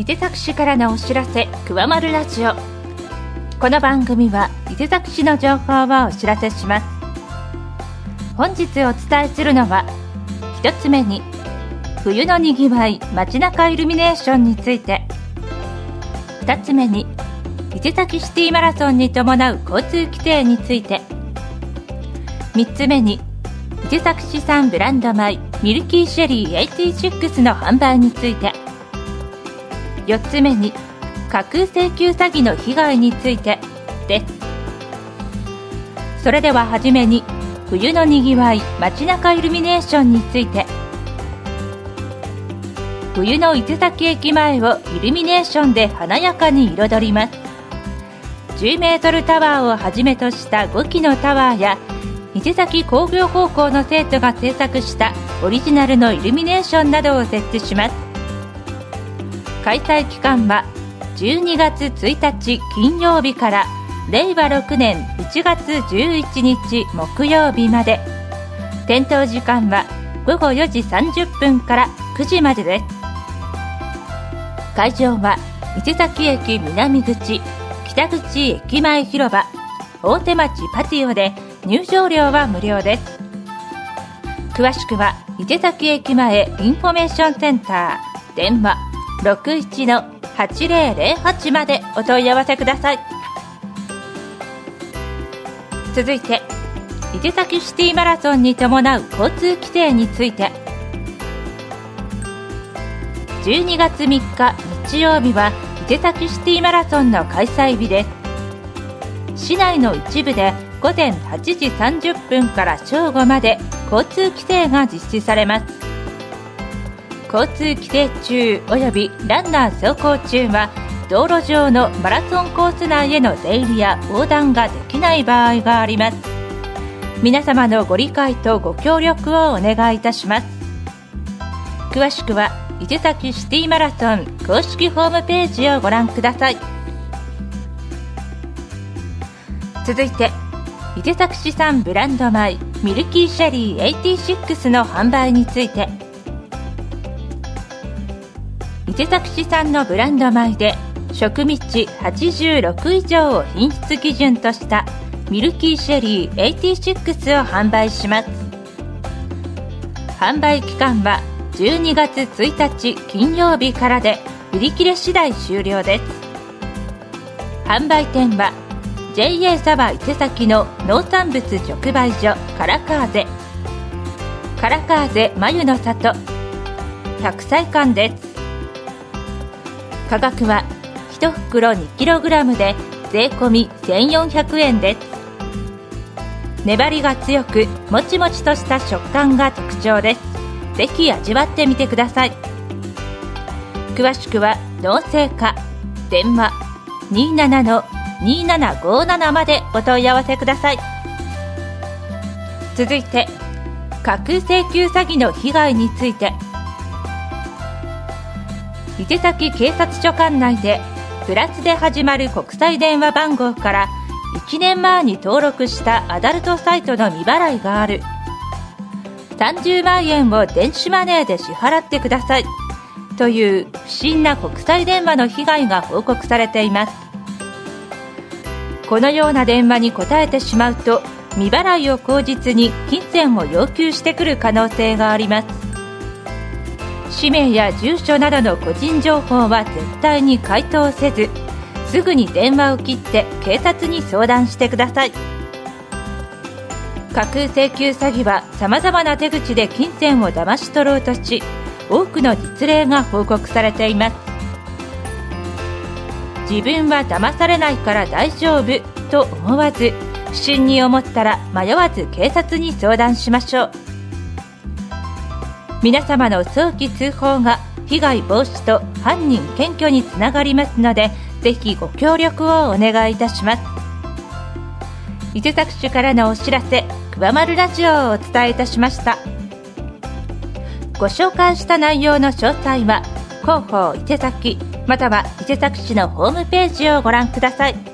伊勢崎市からのお知らせ、くわまるラジオ。この番組は伊勢崎市の情報をお知らせします。本日お伝えするのは、一つ目に冬のにぎわい街中イルミネーションについて、二つ目に伊勢崎シティマラソンに伴う交通規制について、三つ目に伊勢崎市産ブランド米ミルキーシェリー86の販売について、4つ目に架空請求詐欺の被害についてです。それでははじめに冬のにぎわい街中イルミネーションについて。冬の伊勢崎駅前をイルミネーションで華やかに彩ります。10メートルタワーをはじめとした5基のタワーや、伊勢崎工業高校の生徒が制作したオリジナルのイルミネーションなどを設置します。開催期間は12月1日金曜日から令和6年1月11日木曜日まで。点灯時間は午後4時30分から9時までです。会場は伊勢崎駅南口、北口駅前広場、大手町パティオで入場料は無料です。詳しくは伊勢崎駅前インフォメーションセンター電話 61-8008 までお問い合わせください。続いて伊勢崎シティマラソンに伴う交通規制について。12月3日日曜日は伊勢崎シティマラソンの開催日です。市内の一部で午前8時30分から正午まで交通規制が実施されます。交通規制中およびランナー走行中は、道路上のマラソンコース内への出入りや横断ができない場合があります。皆様のご理解とご協力をお願いいたします。詳しくは伊勢崎シティマラソン公式ホームページをご覧ください。続いて伊勢崎市産ブランド米ミルキーシェリー86の販売について。伊勢崎市産のブランド米で食味値86以上を品質基準としたミルキーシェリー86を販売します。販売期間は12月1日金曜日からで、売り切れ次第終了です。販売店は JA サバ伊勢崎の農産物直売所カラカーゼ眉の里100歳館です。価格は1袋 2kg で税込み1400円です。粘りが強くもちもちとした食感が特徴です。ぜひ味わってみてください。詳しくは農政課電話 27-2757 までお問い合わせください。続いて架空請求詐欺の被害について。伊勢崎警察署管内でプラスで始まる国際電話番号から1年前に登録したアダルトサイトの未払いがある、30万円を電子マネーで支払ってくださいという不審な国際電話の被害が報告されています。このような電話に答えてしまうと、未払いを口実に金銭を要求してくる可能性があります。氏名や住所などの個人情報は絶対に回答せず、すぐに電話を切って警察に相談してください。架空請求詐欺は様々な手口で金銭を騙し取ろうとし、多くの実例が報告されています。自分は騙されないから大丈夫と思わず、不審に思ったら迷わず警察に相談しましょう。皆様の早期通報が被害防止と犯人検挙につながりますので、ぜひご協力をお願いいたします。伊勢崎市からのお知らせ、くわまるラジオをお伝えいたしました。ご紹介した内容の詳細は広報伊勢崎または伊勢崎市のホームページをご覧ください。